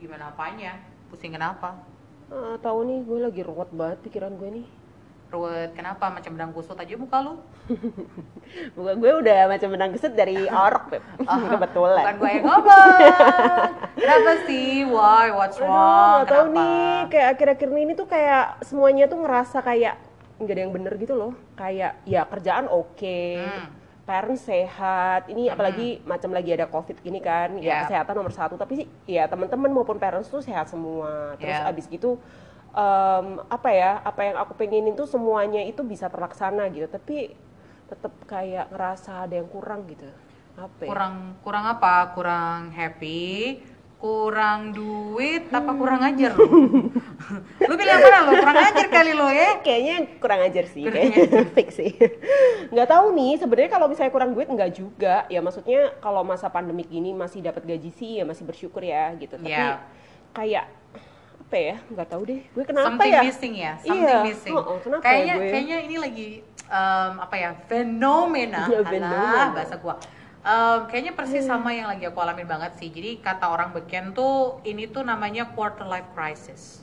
gimana apanya? Pusing kenapa? Tahu nih, gue lagi ruwet banget pikiran gue nih. Ruwet kenapa? Macam benang kusut aja muka lu. Muka gue udah macam benang kusut dari orok, Beb. Kebetulan. Bukan gue yang ngomong. Kenapa sih? Why? What's Aduh, wrong? gak tahu Kenapa? nih, kayak akhir-akhir ini tuh kayak semuanya tuh ngerasa kayak nggak ada yang bener gitu loh. Kayak ya kerjaan oke, parents sehat. Ini apalagi macam lagi ada covid gini kan, ya Yeah. kesehatan nomor satu. Tapi sih ya teman-teman maupun parents tuh sehat semua. Terus Yeah. abis gitu apa yang aku pengenin tuh semuanya itu bisa terlaksana gitu. Tapi tetap kayak ngerasa ada yang kurang gitu. Apa ya? Kurang apa? Kurang happy, kurang duit, apa kurang ajar lu? Lu pilih yang mana lu? Kurang ajar kali lu ya? Kayaknya kurang ajar sih, Kurang kayaknya fix sih. Nggak tahu nih, sebenarnya kalau misalnya kurang duit nggak juga. Ya maksudnya kalau masa pandemik ini masih dapat gaji sih ya masih bersyukur ya gitu. Tapi Yeah. kayak apa ya? Nggak tahu deh. Gue kenapa Something ya? missing ya, something Iya. missing. Kenapa Kayaknya ya gue? kayaknya ini lagi apa ya, fenomena. Ya, Alah, fenomena. bahasa gua. Kayaknya persis sama yang lagi aku alamin banget sih. Jadi kata orang beken tuh ini tuh namanya quarter life crisis.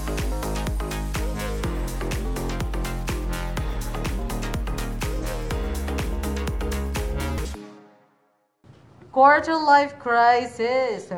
Quarter life crisis.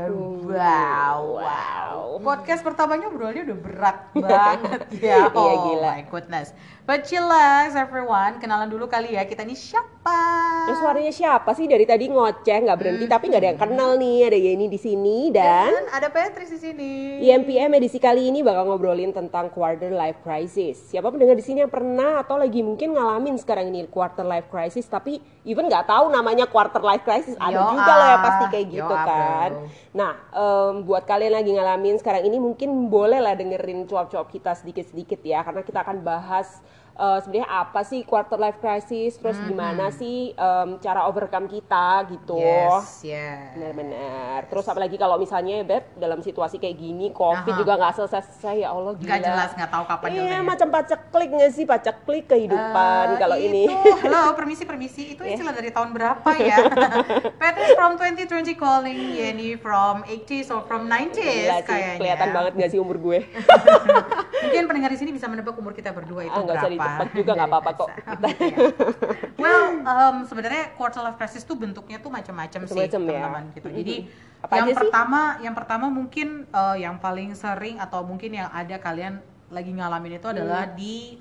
Wow. Podcast pertamanya obrolannya udah berat banget ya. Iya, Oh gila. my goodness. But chillax everyone. Kenalan dulu kali ya. Kita nih siapa? Terus suaranya siapa sih dari tadi ngoceh nggak berhenti tapi nggak ada yang kenal nih. Ada Yeni di sini dan ada Patrice di sini. IMPM edisi kali ini bakal ngobrolin tentang quarter life crisis. Siapa pendengar di sini yang pernah atau lagi mungkin ngalamin sekarang ini quarter life crisis tapi even nggak tahu namanya quarter life crisis. Ada Yo, juga loh yang pasti kayak yo, gitu kan. bro. Nah, buat kalian lagi ngalamin sekarang ini mungkin boleh lah dengerin cuap-cuap kita sedikit-sedikit ya karena kita akan bahas sebenarnya apa sih quarter life crisis, terus gimana sih cara overcome kita gitu. Yes. Benar-benar. Terus apalagi kalau misalnya Beb dalam situasi kayak gini, Covid Aha. juga nggak selesai-selesai ya Allah gila. Nggak jelas, nggak tahu kapan Iya, nyelesainya. macam paceklik nggak sih? Paceklik kehidupan kalau ini. Halo, permisi. Itu istilah dari tahun berapa ya? Patrice from 2020 calling, Yeni from 80s or from 90s Gila sih, kayaknya. kelihatan banget nggak sih umur gue? Mungkin pendengar di sini bisa menebak umur kita berdua itu Nggak usah berapa. ditebak juga nggak apa-apa kok. Gitu ya. Well, sebenarnya quarter life crisis tuh bentuknya tuh macam-macam sih, Macam-macam ya. teman-teman gitu. Jadi Apa yang aja sih? yang pertama mungkin yang paling sering atau mungkin yang ada kalian lagi ngalamin itu adalah di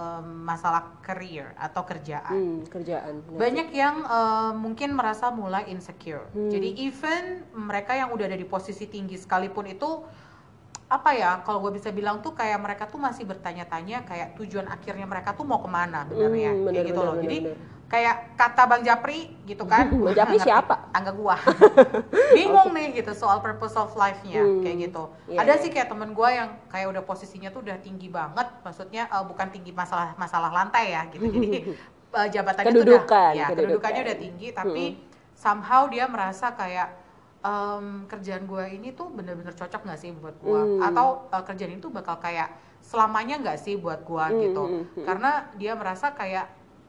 masalah career atau kerjaan. Kerjaan. Banyak yang mungkin merasa mulai insecure. Jadi even mereka yang udah ada di posisi tinggi sekalipun itu apa ya, kalau gue bisa bilang tuh kayak mereka tuh masih bertanya-tanya kayak tujuan akhirnya mereka tuh mau kemana benernya, kayak gitu loh. Jadi kayak kata Bang Japri gitu kan. Bang Japri Ngerti? siapa? Angga gua. Bingung nih gitu soal purpose of life-nya kayak gitu. Iya, Ada iya. sih kayak temen gua yang kayak udah posisinya tuh udah tinggi banget, maksudnya bukan tinggi masalah lantai ya gitu. Jadi jabatannya Kedudukan, tuh udah kedudukannya udah tinggi tapi somehow dia merasa kayak kerjaan gue ini tuh bener-bener cocok nggak sih buat gue atau kerjaan ini tuh bakal kayak selamanya nggak sih buat gue gitu karena dia merasa kayak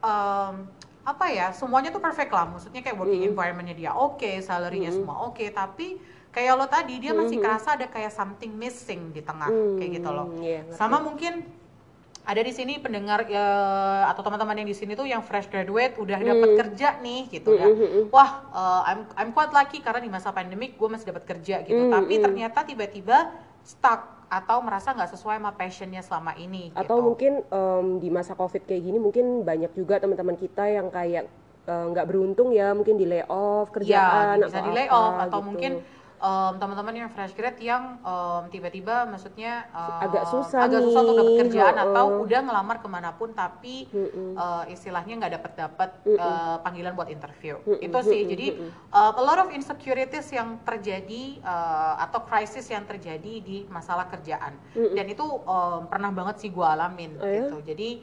apa ya, semuanya tuh perfect lah, maksudnya kayak working environment-nya dia oke, salary-nya semua oke, tapi kayak lo tadi dia masih kerasa ada kayak something missing di tengah kayak gitu loh. Iya, ngerti. Sama mungkin ada di sini pendengar atau teman-teman yang di sini tuh yang fresh graduate udah dapat kerja nih gitu ya. Wah, I'm quite lucky karena di masa pandemik gue masih dapat kerja gitu. Tapi ternyata tiba-tiba stuck atau merasa nggak sesuai sama passionnya selama ini. Atau gitu. mungkin di masa Covid kayak gini mungkin banyak juga teman-teman kita yang kayak nggak beruntung ya, mungkin di layoff kerjaan ya, bisa atau di layoff apa atau gitu. mungkin teman-teman yang fresh grad yang tiba-tiba maksudnya Agak susah untuk dapat nih, kerjaan atau udah ngelamar kemanapun tapi istilahnya nggak dapat panggilan buat interview. Itu sih jadi a lot of insecurities yang terjadi atau krisis yang terjadi di masalah kerjaan dan itu pernah banget sih gue alamin gitu. Jadi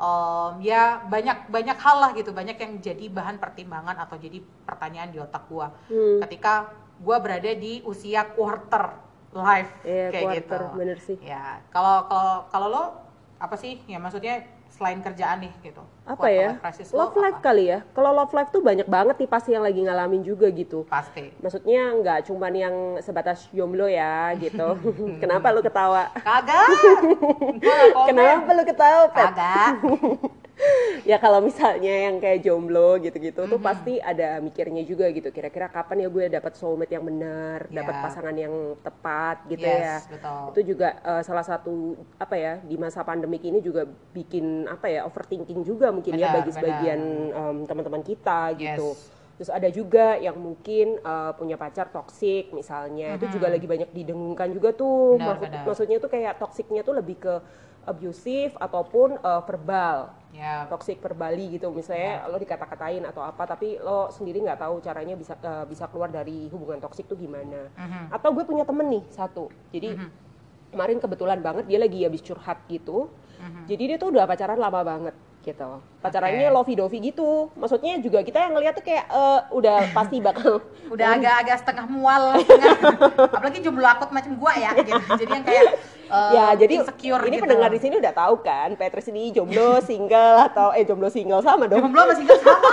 ya banyak hal lah gitu, banyak yang jadi bahan pertimbangan atau jadi pertanyaan di otak gue ketika gue berada di usia quarter life kayak quarter, gitu. bener sih. Ya kalau lo apa sih ya, maksudnya selain kerjaan nih gitu? Apa ya? Love life kali ya. Kalau love life tuh banyak banget nih pasti yang lagi ngalamin juga gitu. Pasti. Maksudnya nggak cuman yang sebatas jomblo ya gitu. Kenapa lu ketawa? Kagak. Kenapa lu ketawa, Pet? Kagak. Ya kalau misalnya yang kayak jomblo gitu-gitu tuh pasti ada mikirnya juga gitu. Kira-kira kapan ya gue dapat soulmate yang benar, dapat pasangan yang tepat gitu ya. Betul. Itu juga salah satu apa ya di masa pandemik ini juga bikin apa ya overthinking juga mungkin ya bagi sebagian teman-teman kita gitu. Terus ada juga yang mungkin punya pacar toksik misalnya. Itu juga lagi banyak didengungkan juga tuh. Maksudnya tuh kayak toksiknya tuh lebih ke abusive ataupun verbal. Toxic verbally gitu, misalnya lo dikata-katain atau apa, tapi lo sendiri nggak tahu caranya bisa keluar dari hubungan toksik tuh gimana. Atau gue punya temen nih satu, jadi kemarin kebetulan banget dia lagi habis curhat gitu, jadi dia tuh udah pacaran lama banget gitu, pacarannya lovey-dovey gitu, maksudnya juga kita yang ngeliat tuh kayak udah pasti bakal udah agak-agak setengah mual, apalagi jomblo akut macam gua ya, gitu. Jadi yang kayak ya jadi insecure ini gitu. Pendengar di sini udah tahu kan, Petrus ini jomblo single atau jomblo single sama dong. Jomblo sama single sama.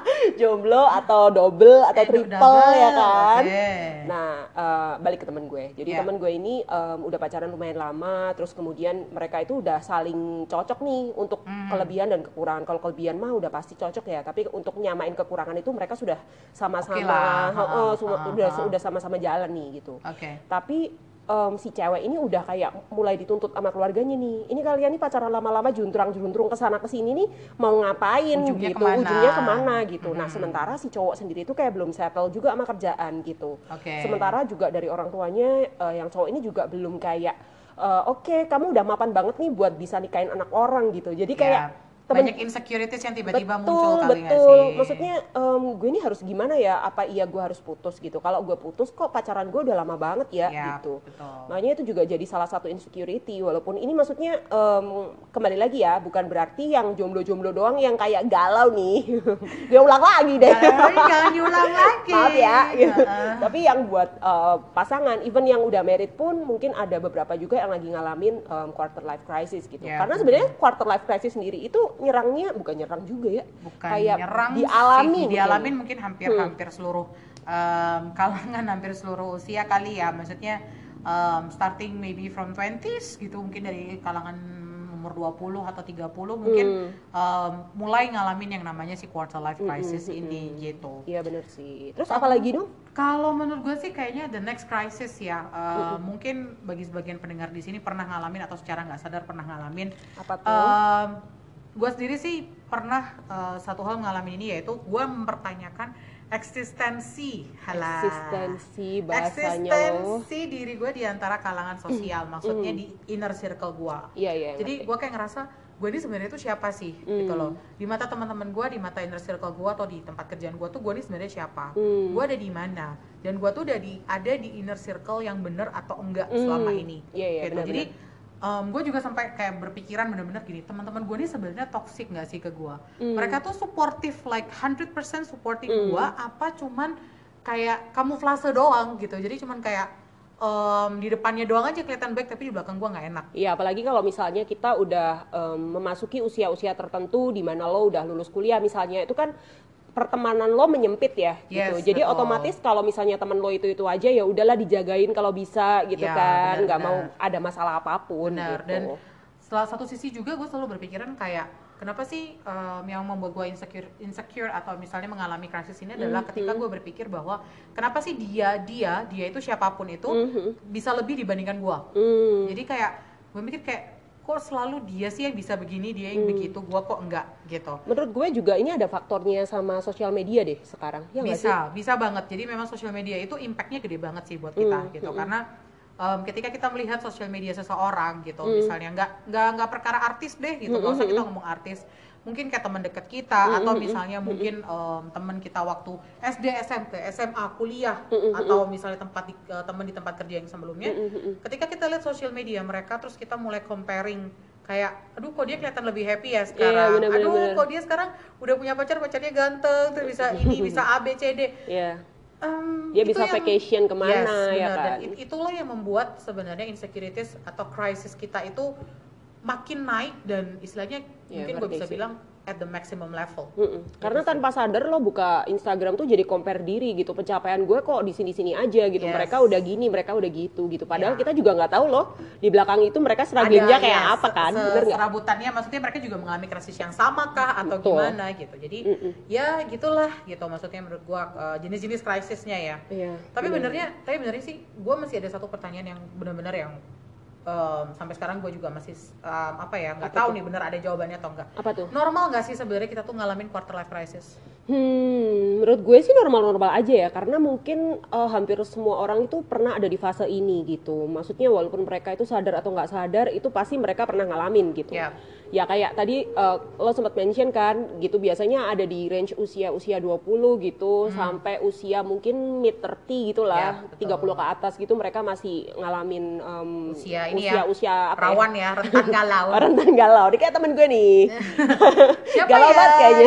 Jomblo atau double atau triple double, ya kan. Nah balik ke temen gue. Jadi temen gue ini udah pacaran lumayan lama, terus kemudian mereka itu udah saling cocok nih untuk kelebihan dan kekurangan. Kalau kelebihan mah udah pasti cocok ya, tapi untuk nyamain kekurangan itu mereka sudah sama-sama udah sama-sama jalan nih gitu. Tapi si cewek ini udah kayak mulai dituntut sama keluarganya nih. Ini kalian nih pacaran lama-lama juntrung kesana kesini nih mau ngapain ujungnya gitu? Ujungnya kemana gitu. Nah sementara si cowok sendiri itu kayak belum settle juga sama kerjaan gitu. Sementara juga dari orang tuanya yang cowok ini juga belum kayak oke, kamu udah mapan banget nih buat bisa nikahin anak orang gitu. Jadi kayak banyak insecurities yang tiba-tiba muncul kali nggak sih? Maksudnya gue ini harus gimana ya? Apa iya gue harus putus gitu? Kalau gue putus kok pacaran gue udah lama banget ya gitu. Makanya itu juga jadi salah satu insecurity. Walaupun ini maksudnya kembali lagi ya, bukan berarti yang jomblo-jomblo doang yang kayak galau nih. Dia ulang lagi deh. Jangan diulang lagi. Maaf ya. Gitu. Tapi yang buat pasangan, even yang udah married pun mungkin ada beberapa juga yang lagi ngalamin quarter life crisis gitu. Karena sebenarnya quarter life crisis sendiri itu nyerangnya bukan nyerang juga ya, kayak nyerang dialamin mungkin hampir seluruh kalangan, hampir seluruh usia kali ya, maksudnya starting maybe from 20s gitu, mungkin dari kalangan umur 20 atau 30 mungkin mulai ngalamin yang namanya si quarter life crisis ini gitu. Iya benar sih. Terus apa lagi dong? Kalau menurut gue sih kayaknya the next crisis ya, mungkin bagi sebagian pendengar di sini pernah ngalamin atau secara nggak sadar pernah ngalamin. Apa tuh? Gue sendiri sih pernah satu hal ngalamin ini, yaitu gue mempertanyakan eksistensi diri gue di antara kalangan sosial, maksudnya di inner circle gue. Jadi gue kayak ngerasa gue ini sebenarnya itu siapa sih gitu loh, di mata teman-teman gue, di mata inner circle gue atau di tempat kerjaan gue tuh gue ini sebenarnya siapa, gue ada di mana, dan gue tuh ada di inner circle yang bener atau enggak selama ini gitu. Jadi gue juga sampai kayak berpikiran bener-bener gini, teman-teman gue ini sebenarnya toxic nggak sih ke gue? Mereka tuh supportive, like 100% supportive gue, apa cuman kayak kamuflase doang gitu. Jadi cuman kayak di depannya doang aja kelihatan baik, tapi di belakang gue nggak enak. Iya, apalagi kalau misalnya kita udah memasuki usia-usia tertentu di mana lo udah lulus kuliah misalnya, itu kan pertemanan lo menyempit ya gitu. Jadi otomatis kalau misalnya teman lo itu aja ya udahlah dijagain kalau bisa gitu kan, nggak mau ada masalah apapun gitu. Dan salah satu sisi juga gue selalu berpikiran kayak kenapa sih yang membuat gue insecure atau misalnya mengalami krisis ini adalah ketika gue berpikir bahwa kenapa sih dia itu siapapun itu bisa lebih dibandingkan gue. Jadi kayak gue mikir kayak kok selalu dia sih yang bisa begini, dia yang begitu, gue kok enggak gitu. Menurut gue juga ini ada faktornya sama sosial media deh sekarang. Ya bisa banget. Jadi memang sosial media itu impactnya gede banget sih buat kita gitu. Karena ketika kita melihat sosial media seseorang gitu, misalnya nggak perkara artis deh gitu, nggak usah kita ngomong artis, mungkin kayak teman dekat kita atau misalnya mungkin teman kita waktu SD, SMP, SMA, kuliah atau misalnya teman di tempat kerja yang sebelumnya. Ketika kita lihat sosial media mereka, terus kita mulai comparing kayak, aduh kok dia kelihatan lebih happy ya sekarang, bener. Kok dia sekarang udah punya pacarnya ganteng, terus bisa ini, bisa A, B, C, D. Dia bisa vacation kemana ya kan. Dan itulah yang membuat sebenarnya insecurities atau crisis kita itu makin naik dan istilahnya mungkin gue bisa sih. bilang at the maximum level. Karena tanpa sadar lo buka Instagram tuh jadi compare diri gitu, pencapaian gue kok di sini-sini aja gitu, mereka udah gini, mereka udah gitu. Padahal kita juga nggak tahu loh di belakang itu mereka strugglingnya kayak apa kan, bener nggak? Serabutannya, maksudnya mereka juga mengalami krisis yang sama kah atau gimana gitu. Jadi ya gitulah gitu, maksudnya menurut gue jenis-jenis krisisnya ya. Tapi benernya sih gue masih ada satu pertanyaan yang benar-benar yang sampai sekarang gue juga masih nggak tahu nih bener ada jawabannya atau enggak. Apa tuh? Normal nggak sih sebenarnya kita tuh ngalamin quarter life crisis? Menurut gue sih normal-normal aja ya, karena mungkin hampir semua orang itu pernah ada di fase ini gitu. Maksudnya walaupun mereka itu sadar atau nggak sadar, itu pasti mereka pernah ngalamin gitu. Ya kayak tadi lo sempat mention kan gitu, biasanya ada di range usia 20 gitu sampai usia mungkin mid 30 gitu lah, 30 ke atas gitu mereka masih ngalamin usia apa rawan ya, rentan galau. Rentan galau, ini kayak temen gue nih. Galau banget kayaknya.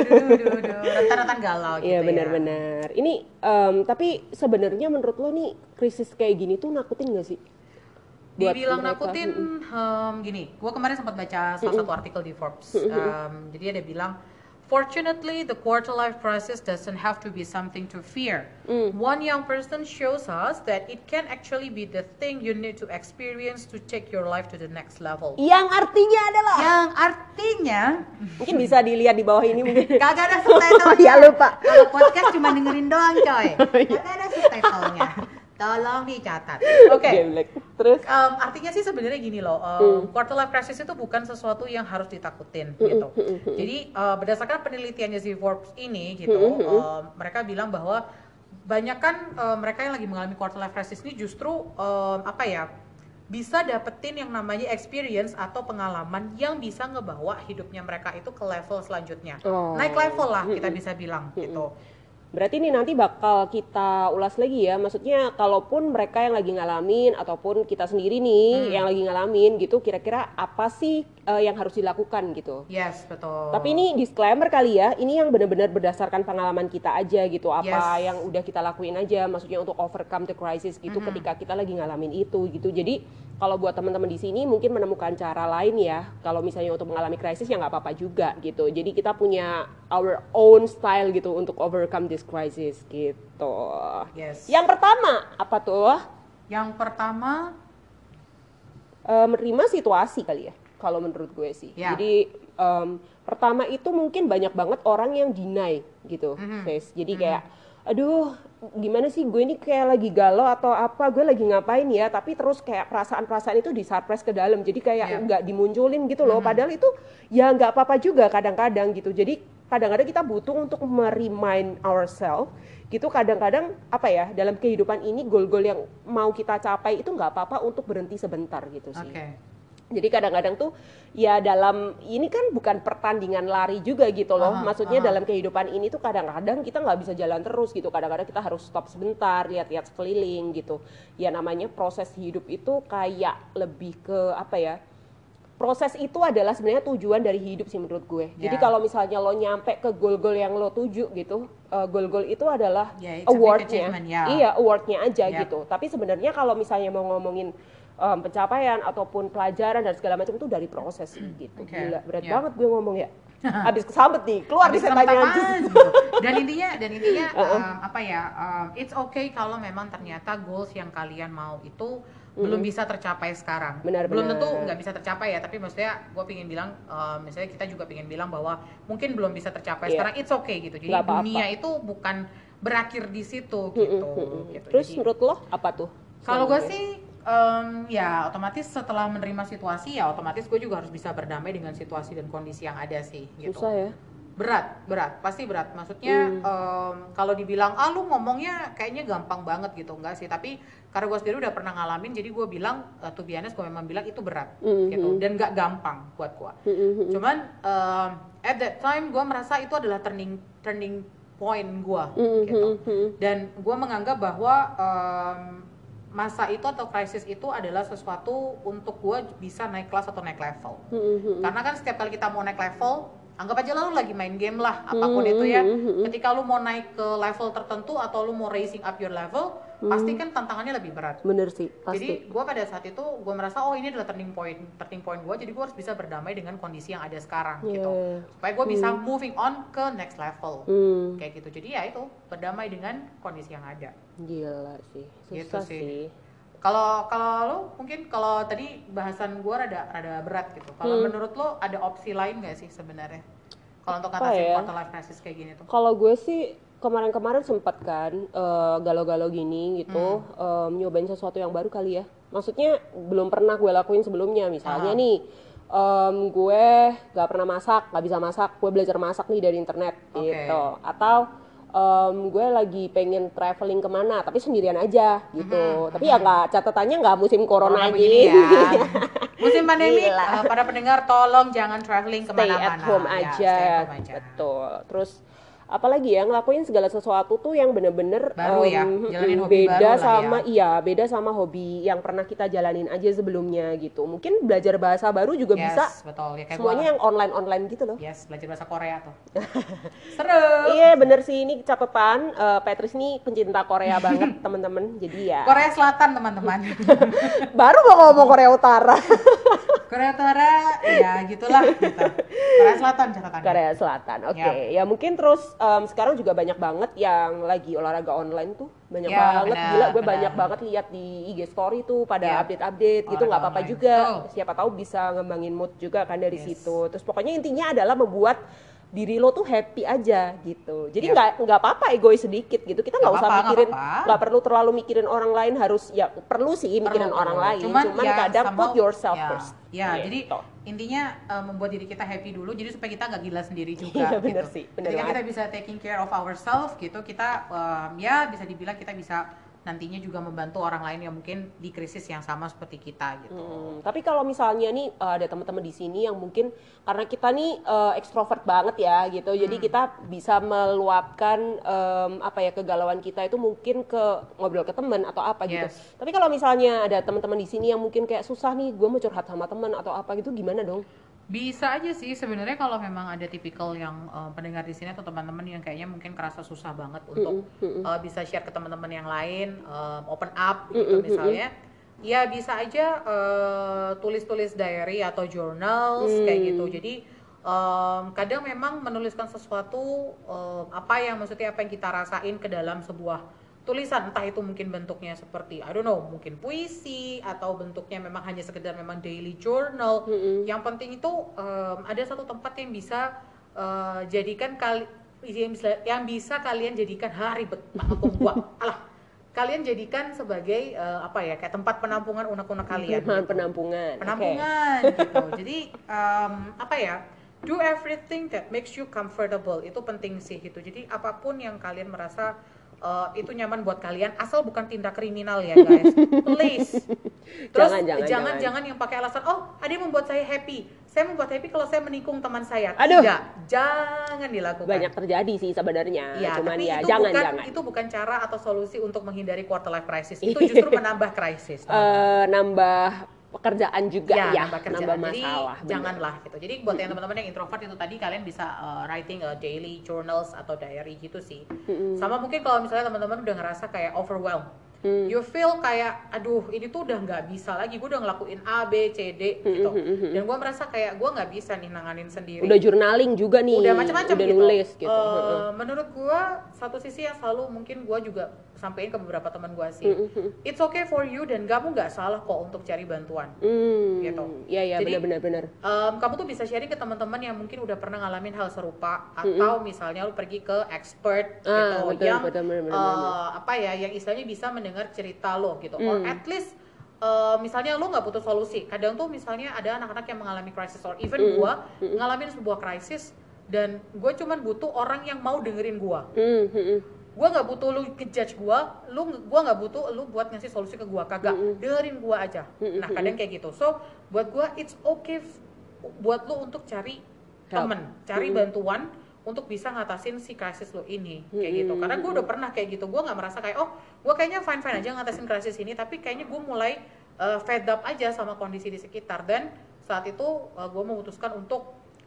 Rentan galau gitu. Iya benar-benar. Ini tapi sebenarnya menurut lo nih krisis kayak gini tuh nakutin gak sih? Dibilang nakutin, gini, gue kemarin sempat baca salah satu artikel di Forbes. Jadi ada bilang, fortunately, the quarter life crisis doesn't have to be something to fear. One young person shows us that it can actually be the thing you need to experience to take your life to the next level. Yang artinya adalah? Yang artinya, mungkin bisa dilihat di bawah ini mungkin. Kagak ada subtitle-nya. Ya lupa. Kalau podcast cuma dengerin doang coy. Kagak ada subtitle-nya. Tolong dicatat. Oke. Terus artinya sih sebenarnya gini loh, quarter life crisis itu bukan sesuatu yang harus ditakutin gitu. Jadi berdasarkan penelitiannya si Forbes ini gitu, mereka bilang bahwa banyak kan mereka yang lagi mengalami quarter life crisis ini justru bisa dapetin yang namanya experience atau pengalaman yang bisa ngebawa hidupnya mereka itu ke level selanjutnya. Naik level lah kita bisa bilang gitu. Berarti ini nanti bakal kita ulas lagi ya, maksudnya kalaupun mereka yang lagi ngalamin ataupun kita sendiri nih yang lagi ngalamin gitu, kira-kira apa sih yang harus dilakukan gitu. Yes, betul. Tapi ini disclaimer kali ya, ini yang benar-benar berdasarkan pengalaman kita aja gitu, apa yang udah kita lakuin aja, maksudnya untuk overcome the crisis gitu ketika kita lagi ngalamin itu gitu. Jadi kalau buat teman-teman di sini mungkin menemukan cara lain ya, kalau misalnya untuk mengalami krisis ya nggak apa-apa juga gitu. Jadi kita punya our own style gitu untuk overcome this crisis gitu. Yang pertama apa tuh? Yang pertama menerima situasi kali ya, kalau menurut gue sih. Jadi pertama itu mungkin banyak banget orang yang deny gitu, Jadi kayak aduh gimana sih gue ini kayak lagi galau atau apa, gue lagi ngapain ya, tapi terus kayak perasaan-perasaan itu disuppress ke dalam, jadi kayak nggak dimunculin gitu loh, padahal itu ya nggak apa-apa juga kadang-kadang gitu. Jadi kadang-kadang kita butuh untuk meremind ourselves gitu, kadang-kadang apa ya, dalam kehidupan ini goal-goal yang mau kita capai itu nggak apa-apa untuk berhenti sebentar gitu sih. Jadi kadang-kadang tuh ya dalam ini kan bukan pertandingan lari juga gitu loh. Maksudnya dalam kehidupan ini tuh kadang-kadang kita nggak bisa jalan terus gitu. Kadang-kadang kita harus stop sebentar, lihat-lihat sekeliling gitu. Ya namanya proses hidup itu kayak lebih ke apa ya? Proses itu adalah sebenarnya tujuan dari hidup sih menurut gue. Jadi kalau misalnya lo nyampe ke goal-goal yang lo tuju gitu, goal-goal itu adalah award-nya. Iya, award-nya aja gitu. Tapi sebenarnya kalau misalnya mau ngomongin pencapaian ataupun pelajaran dan segala macam itu dari proses gitu. Gila, berat banget gue ngomong ya. Habis kesambet nih, keluar di setannya gitu. Dan intinya it's okay kalau memang ternyata goals yang kalian mau itu belum bisa tercapai sekarang. Belum tentu nggak bisa tercapai ya, tapi maksudnya gue pengen bilang, misalnya kita juga pengen bilang bahwa mungkin belum bisa tercapai sekarang, it's okay gitu. Jadi dunia itu bukan berakhir di situ gitu. Terus jadi, menurut lo apa tuh? Kalau gue sih ya otomatis setelah menerima situasi ya otomatis gue juga harus bisa berdamai dengan situasi dan kondisi yang ada sih gitu. Susah ya? Berat, pasti berat. Maksudnya kalau dibilang lu ngomongnya kayaknya gampang banget gitu, enggak sih. Tapi karena gue sendiri udah pernah ngalamin, jadi gue bilang to be honest, gue memang bilang itu berat gitu dan nggak gampang buat gue. Cuman at that time gue merasa itu adalah turning point gue gitu. Dan gue menganggap bahwa masa itu atau krisis itu adalah sesuatu untuk gue bisa naik kelas atau naik level. Karena kan setiap kali kita mau naik level, anggap aja lu lagi main game lah, apapun itu ya. Ketika lu mau naik ke level tertentu atau lu mau raising up your level, pasti kan tantangannya lebih berat. Bener sih, pasti. Jadi gue pada saat itu gue merasa oh ini adalah turning point gue, jadi gue harus bisa berdamai dengan kondisi yang ada sekarang gitu, supaya gue bisa moving on ke next level kayak gitu. Jadi ya itu berdamai dengan kondisi yang ada. Gila sih, susah Gitu sih. Kalau lo mungkin kalau tadi bahasan gue rada berat gitu. Kalau menurut lo ada opsi lain nggak sih sebenarnya? Kalau untuk ngatasin quarter life crisis kayak gini tuh? Kalau gue sih kemarin sempat kan galau-galau gini gitu, nyobain sesuatu yang baru kali ya. Maksudnya belum pernah gue lakuin sebelumnya. Misalnya nih, gue gak pernah masak, gak bisa masak, gue belajar masak nih dari internet gitu. Atau gue lagi pengen traveling kemana, tapi sendirian aja gitu. Tapi ya nggak, catatannya nggak musim corona begini gini. ya. Musim pandemi, para pendengar tolong jangan traveling kemana-mana. Stay at home aja. Betul. Terus apalagi ya, ngelakuin segala sesuatu tuh yang bener-bener baru ya, jalanin hobi beda baru sama ya. beda sama hobi yang pernah kita jalanin aja sebelumnya gitu. Mungkin belajar bahasa baru juga bisa. Betul. Ya, kayak semuanya yang online gitu loh. Yes, belajar bahasa Korea tuh. Seru. Iya bener sih, ini catatan Patrice nih pencinta Korea banget teman-teman. Jadi ya. Korea Selatan teman-teman. Baru mau ngomong Korea Utara. Korea Utara, ya gitulah gitu. Korea Selatan catatannya. Korea Selatan, oke. Ya mungkin terus sekarang juga banyak banget yang lagi olahraga online tuh. Banyak banget, gila gue banyak banget lihat di IG story tuh pada update-update gitu, nggak apa-apa juga. Siapa tahu bisa ngembangin mood juga kan dari situ. Terus pokoknya intinya adalah membuat diri lo tuh happy aja gitu. Jadi nggak apa-apa egois sedikit gitu. Kita nggak usah mikirin, nggak perlu terlalu mikirin orang lain. Harus ya perlu sih mikirin orang lain. Cuman ya, kadang put yourself first. Ya, jadi intinya membuat diri kita happy dulu. Jadi supaya kita nggak gila sendiri juga. Iya bener sih. Ketika kita bisa taking care of ourselves gitu, kita ya bisa dibilang kita bisa nantinya juga membantu orang lain yang mungkin di krisis yang sama seperti kita gitu. Tapi kalau misalnya nih ada teman-teman di sini yang mungkin karena kita nih ekstrovert banget ya gitu, jadi kita bisa meluapkan kegalauan kita itu mungkin ke ngobrol ke teman atau apa gitu. Tapi kalau misalnya ada teman-teman di sini yang mungkin kayak susah nih, gue mau curhat sama teman atau apa gitu, gimana dong? Bisa aja sih sebenarnya kalau memang ada tipikal yang pendengar di sini atau teman-teman yang kayaknya mungkin kerasa susah banget untuk bisa share ke teman-teman yang lain, open up gitu misalnya. Ya bisa aja tulis-tulis diary atau journals kayak gitu. Jadi kadang memang menuliskan sesuatu apa yang kita rasain ke dalam sebuah tulisan, entah itu mungkin bentuknya seperti I don't know, mungkin puisi atau bentuknya memang hanya sekedar memang daily journal. Yang penting itu ada satu tempat yang bisa yang bisa kalian jadikan ribet banget gua. Kalian jadikan sebagai kayak tempat penampungan unek-unek kalian. Penampungan gitu. Jadi do everything that makes you comfortable, itu penting sih gitu. Jadi apapun yang kalian merasa itu nyaman buat kalian, asal bukan tindak kriminal ya guys, please. Terus jangan yang pakai alasan ada yang membuat saya happy. Saya membuat happy kalau saya menikung teman saya. Tidak, jangan dilakukan. Banyak terjadi sih sebenarnya. Cuman ya jangan. Itu bukan cara atau solusi untuk menghindari quarter life crisis. Itu justru menambah krisis. Nambah pekerjaan juga nambah masalah. Jadi janganlah gitu. Jadi buat yang teman-teman yang introvert itu tadi, kalian bisa writing daily journals atau diary gitu sih. Sama mungkin kalau misalnya teman-teman udah ngerasa kayak overwhelmed, you feel kayak aduh ini tuh udah nggak bisa lagi, gue udah ngelakuin A, B, C, D gitu, dan gue merasa kayak gue nggak bisa nih nanganin sendiri. Udah journaling juga nih, udah macam-macam udah gitu. Nulis gitu. Menurut gue satu sisi yang selalu mungkin gue juga sampaikan ke beberapa teman gue sih, it's okay for you dan kamu nggak salah kok untuk cari bantuan gitu. Iya benar. Kamu tuh bisa sharing ke teman-teman yang mungkin udah pernah ngalamin hal serupa, atau misalnya lu pergi ke expert gitu yang yang istilahnya bisa mendengar cerita lo gitu, or at least misalnya lo nggak butuh solusi. Kadang tuh misalnya ada anak-anak yang mengalami krisis, or even gue ngalamin sebuah krisis, dan gue cuman butuh orang yang mau dengerin gue. Gue nggak butuh lu ngejudge gue nggak butuh lu buat ngasih solusi ke gue, kagak, dengerin gue aja. Nah kadang kayak gitu. So buat gue it's okay buat lu untuk cari temen, cari bantuan untuk bisa ngatasin si krisis lo ini kayak gitu. Karena gue udah pernah kayak gitu, gue nggak merasa kayak gue kayaknya fine aja ngatasin krisis ini, tapi kayaknya gue mulai fed up aja sama kondisi di sekitar, dan saat itu gue memutuskan untuk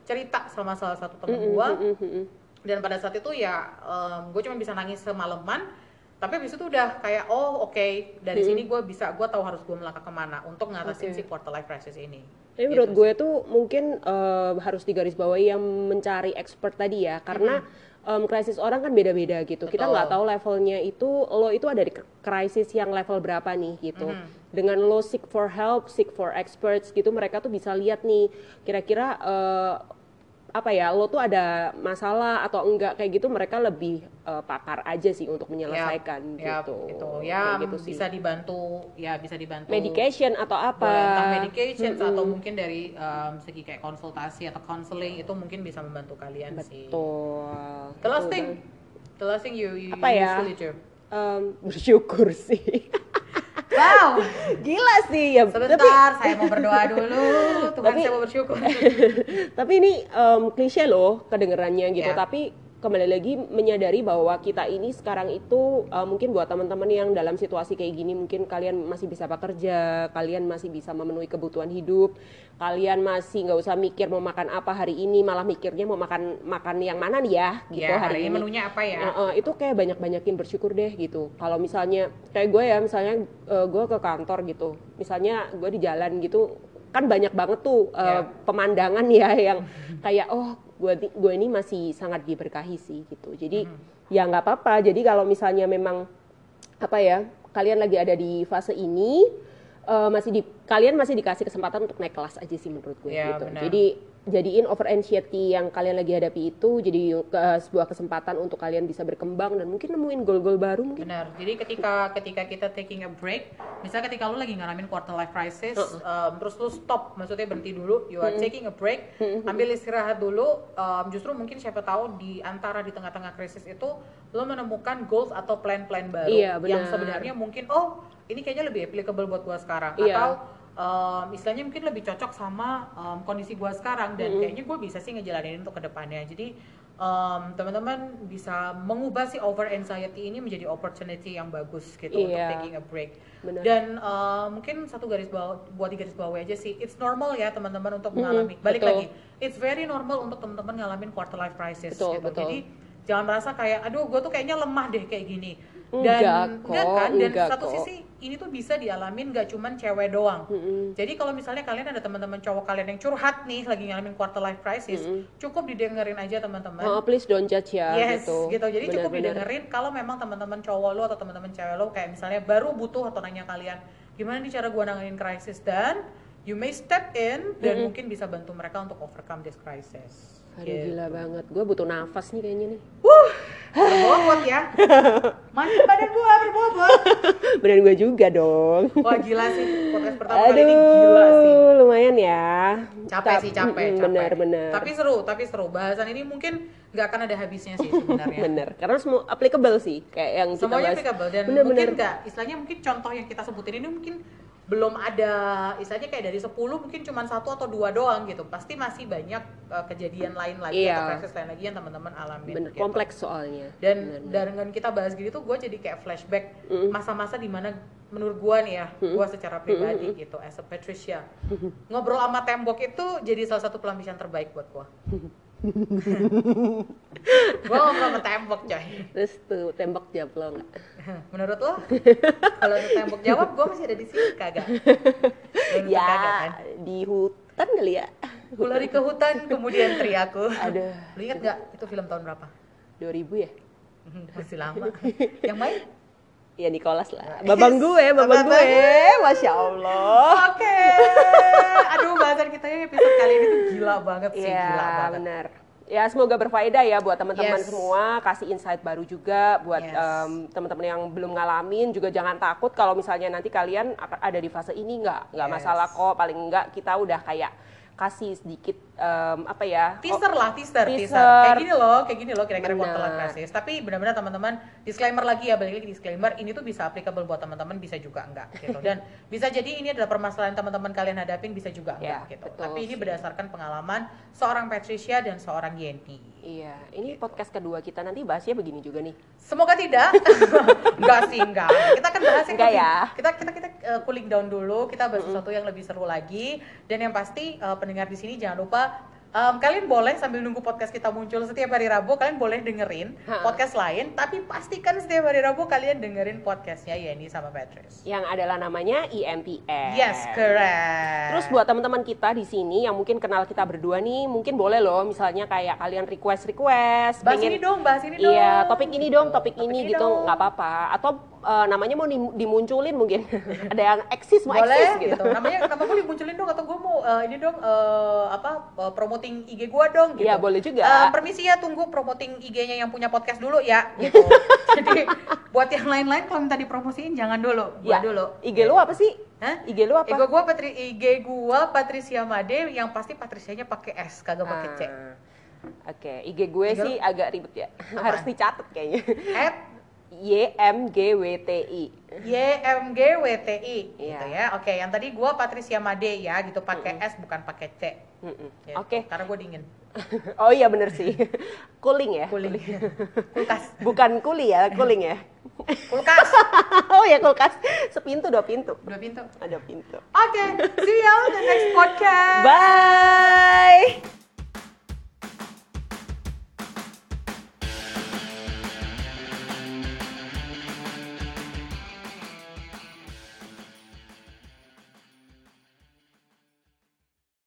cerita sama salah satu temen gue, dan pada saat itu ya gue cuma bisa nangis semalaman. Tapi abis itu udah kayak dari sini gue tahu harus gue melangkah kemana untuk ngatasin si quarter life crisis ini. Tapi menurut gue tuh mungkin harus digarisbawahi yang mencari expert tadi ya, karena krisis orang kan beda-beda gitu. Betul. Kita nggak tahu levelnya itu, lo itu ada di krisis yang level berapa nih gitu. Dengan lo seek for help, seek for experts gitu, mereka tuh bisa lihat nih kira-kira lo tuh ada masalah atau enggak, kayak gitu mereka lebih pakar aja sih untuk menyelesaikan gitu. Gitu bisa dibantu medication atau apa, entah medication atau mungkin dari segi kayak konsultasi atau counseling, itu mungkin bisa membantu kalian. Betul. Sih. The last thing you usually do? Bersyukur sih. Wow, gila sih ya. Sebentar, saya mau berdoa dulu. Tuhan, saya mau bersyukur. Tapi ini klise loh kedengerannya gitu. Tapi kembali lagi menyadari bahwa kita ini sekarang itu mungkin buat teman-teman yang dalam situasi kayak gini, mungkin kalian masih bisa bekerja, kalian masih bisa memenuhi kebutuhan hidup, kalian masih nggak usah mikir mau makan apa hari ini, malah mikirnya mau makan yang mana nih ya gitu hari ini. Menunya apa ya? Itu kayak banyakin bersyukur deh gitu. Kalau misalnya kayak gue ya, misalnya gue ke kantor gitu, misalnya gue di jalan gitu, kan banyak banget tuh pemandangan ya yang kayak gue ini masih sangat diberkahi sih gitu. Jadi ya nggak apa-apa. Jadi kalau misalnya memang kalian lagi ada di fase ini, kalian masih dikasih kesempatan untuk naik kelas aja sih menurut gue gitu. Benar. Jadi jadiin over anxiety yang kalian lagi hadapi itu jadi sebuah kesempatan untuk kalian bisa berkembang dan mungkin nemuin goal-goal baru mungkin. Benar. Jadi ketika kita taking a break, misalnya ketika lu lagi ngalamin quarter life crisis, terus lu stop, maksudnya berhenti dulu, you are taking a break, ambil istirahat dulu, justru mungkin siapa tahu di tengah-tengah krisis itu lu menemukan goals atau plan-plan baru yang sebenarnya mungkin ini kayaknya lebih applicable buat gua sekarang, atau istilahnya mungkin lebih cocok sama kondisi gue sekarang dan kayaknya gue bisa sih ngejalanin untuk kedepannya. Jadi teman-teman bisa mengubah si over anxiety ini menjadi opportunity yang bagus gitu untuk taking a break. Bener. Dan mungkin satu garis bawahi aja sih, it's normal ya teman-teman untuk mengalami. Balik lagi, it's very normal untuk teman-teman ngalamin quarter life crisis gitu. Jadi jangan merasa kayak aduh gue tuh kayaknya lemah deh kayak gini. Dan satu sisi ini tuh bisa dialamin gak cuman cewek doang. Jadi kalau misalnya kalian ada teman-teman cowok kalian yang curhat nih lagi ngalamin quarter life crisis, cukup didengerin aja teman-teman. Please don't judge ya. Yes, gitu. Jadi cukup didengerin. Kalau memang teman-teman cowok lo atau teman-teman cewek lo kayak misalnya baru butuh atau nanya kalian gimana nih cara gua nanganin krisis, dan you may step in dan mungkin bisa bantu mereka untuk overcome this crisis. Aduh gila banget, gue butuh nafas nih kayaknya nih. Berbobot ya. Makin badan gue berbobot. Badan gue juga dong. Wah gila sih, podcast pertama kali ini gila sih. Lumayan ya. Capek. Bener. Tapi seru. Bahasan ini mungkin nggak akan ada habisnya sih sebenarnya. Bener, karena semua applicable sih, kayak yang kita semuanya bahas. Applicable dan mungkin nggak, istilahnya mungkin contoh yang kita sebutin ini mungkin belum ada, istilahnya kayak dari 10 mungkin cuma 1 atau 2 doang gitu. Pasti masih banyak kejadian lain lagi atau krisis lain lagi yang teman-teman alamin. Bener, gitu. Kompleks soalnya. Dan dengan kita bahas gini tuh gue jadi kayak flashback masa-masa dimana menurut gue nih ya, gue secara pribadi gitu, as a Patricia, ngobrol sama tembok itu jadi salah satu pelampiasan terbaik buat gue. Gue ngobrol sama tembok coy. Terus tuh tembok jawab lo nggak? Menurut lo? Kalau tembok jawab gue masih ada di sini kagak? Ya kan? Di hutan kali ya. Gue lari ke hutan kemudian teriaku. Aduh. Lu inget gak itu film tahun berapa? 2000 ya? Masih lama. Yang main? Ya Nicholas lah. Babang gue, Masya Allah. Oke. Aduh bahasan kita ya episode kali ini tuh gila banget sih, gila banget. Benar. Ya semoga berfaedah ya buat teman-teman semua, kasih insight baru juga buat teman-teman yang belum ngalamin, juga jangan takut kalau misalnya nanti kalian ada di fase ini, nggak masalah kok, paling enggak kita udah kayak kasih sedikit teaser. Kayak gini loh kira-kira quarter life crisis. Tapi benar-benar teman-teman, disclaimer lagi ya, balik lagi disclaimer, ini tuh bisa applicable buat teman-teman, bisa juga enggak gitu. Dan bisa jadi ini adalah permasalahan teman-teman kalian hadapin, bisa juga enggak gitu. Tapi ini berdasarkan pengalaman seorang Patricia dan seorang Yenti. Iya, ini podcast kedua kita, nanti bahasnya begini juga nih. Semoga tidak. enggak. Kita akan bahas yang kita cooling down dulu, kita bahas sesuatu yang lebih seru lagi, dan yang pasti pendengar di sini jangan lupa Kalian boleh sambil nunggu podcast kita muncul setiap hari Rabu, kalian boleh dengerin podcast lain, tapi pastikan setiap hari Rabu kalian dengerin podcastnya Yeni sama Patrice. Yang adalah namanya IMPM. Yes, correct. Terus buat teman-teman kita di sini yang mungkin kenal kita berdua nih, mungkin boleh loh misalnya kayak kalian request. Bahas ini dong. Iya, topik ini dong, topik ini gitu, dong. nggak apa-apa. Atau namanya mau dimunculin mungkin. Ada yang eksis mau boleh, eksis gitu. Nama gue dimunculin dong, atau gue mau ini dong promoting IG gue dong gitu. Iya, boleh juga. Permisi ya, tunggu promoting IG-nya yang punya podcast dulu ya gitu. Jadi buat yang lain-lain kalau minta dipromosiin jangan dulu, gua dulu. IG lu apa sih? Hah? IG lu apa? IG gua Patricia Made, yang pasti Patricianya pakai S, kagak pakai C. Oke, IG gue sih agak ribet ya. Harus dicatat kayaknya. YMGWTI. YMGWTI Iya. gitu ya. Oke, yang tadi gua Patricia Made ya gitu, pakai S bukan pakai C. Gitu. Oke. Karena gue dingin. Oh iya bener sih. Cooling ya. Cooling. Kulkas. Bukan kuli ya, cooling ya. Kulkas. Oh ya kulkas. Sepintu, dua pintu. Dua pintu. Ada pintu. Oke, see you on the next podcast. Bye.